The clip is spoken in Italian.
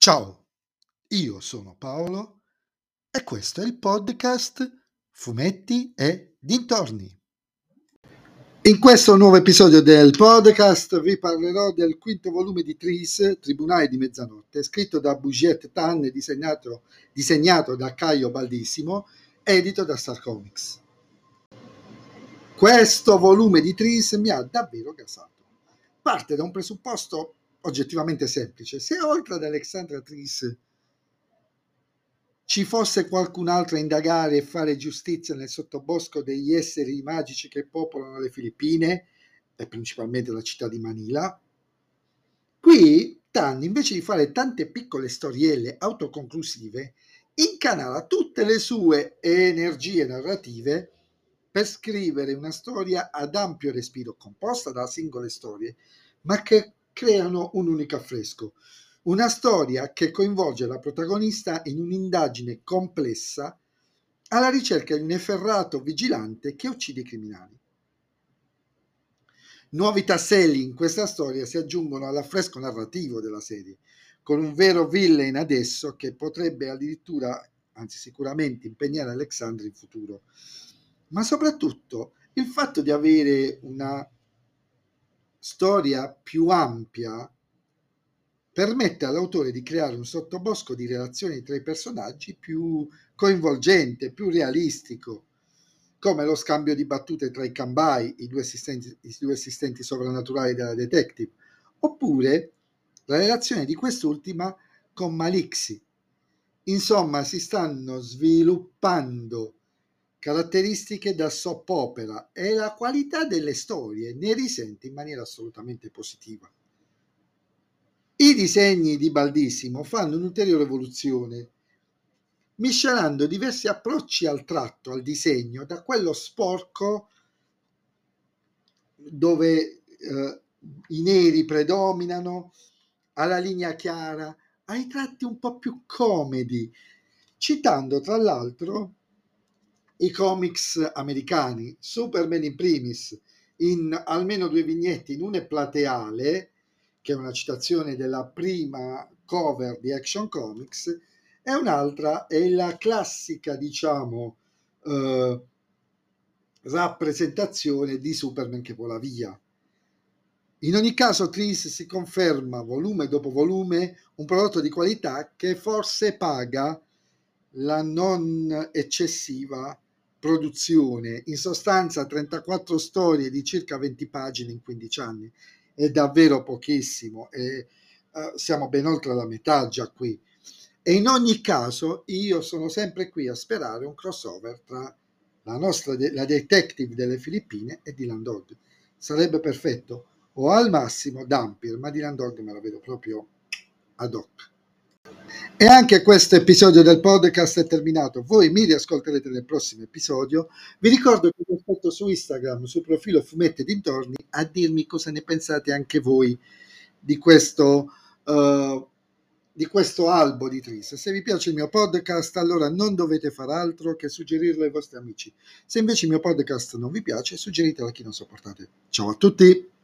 Ciao, io sono Paolo e questo è il podcast Fumetti e Dintorni. In questo nuovo episodio del podcast vi parlerò del quinto volume di Tris, Tribunale di Mezzanotte, scritto da Bujet Tan e disegnato da Caio Baldissimo, edito da Star Comics. Questo volume di Tris mi ha davvero gasato. Parte da un presupposto oggettivamente semplice. Se oltre ad Alexandra Tris ci fosse qualcun altro a indagare e fare giustizia nel sottobosco degli esseri magici che popolano le Filippine, e principalmente la città di Manila, qui Tan, invece di fare tante piccole storielle autoconclusive, incanala tutte le sue energie narrative per scrivere una storia ad ampio respiro, composta da singole storie, ma che creano un unico affresco. Una storia che coinvolge la protagonista in un'indagine complessa alla ricerca di un efferrato vigilante che uccide i criminali. Nuovi tasselli in questa storia si aggiungono all'affresco narrativo della serie, con un vero villain adesso che potrebbe addirittura, anzi sicuramente, impegnare Alexandra in futuro. Ma soprattutto il fatto di avere una storia più ampia permette all'autore di creare un sottobosco di relazioni tra i personaggi più coinvolgente, più realistico, come lo scambio di battute tra i Kanbai, i due assistenti sovrannaturali della detective, oppure la relazione di quest'ultima con Malixi. Insomma, si stanno sviluppando caratteristiche da soap opera e la qualità delle storie ne risente in maniera assolutamente positiva. I disegni di Baldissimo fanno un'ulteriore evoluzione, miscelando diversi approcci al tratto, al disegno, da quello sporco dove i neri predominano, alla linea chiara, ai tratti un po' più comedi, citando tra l'altro i comics americani, Superman in primis, in almeno 2 vignette, in una è plateale, che è una citazione della prima cover di Action Comics, e un'altra è la classica, diciamo, rappresentazione di Superman che vola via. In ogni caso Tris si conferma volume dopo volume un prodotto di qualità che forse paga la non eccessiva produzione. In sostanza 34 storie di circa 20 pagine in 15 anni è davvero pochissimo e siamo ben oltre la metà già qui. E in ogni caso io sono sempre qui a sperare un crossover tra la detective delle Filippine e Dylan Dog. Sarebbe perfetto, o al massimo Dampir, ma Dylan Dog me la vedo proprio ad hoc. E anche questo episodio del podcast è terminato. Voi mi riascolterete nel prossimo episodio. Vi ricordo che vi aspetto su Instagram, sul profilo Fumetti e Dintorni, a dirmi cosa ne pensate anche voi di questo albo di Tris. Se vi piace il mio podcast, allora non dovete far altro che suggerirlo ai vostri amici. Se invece il mio podcast non vi piace, suggeritelo a chi non sopportate. Ciao a tutti!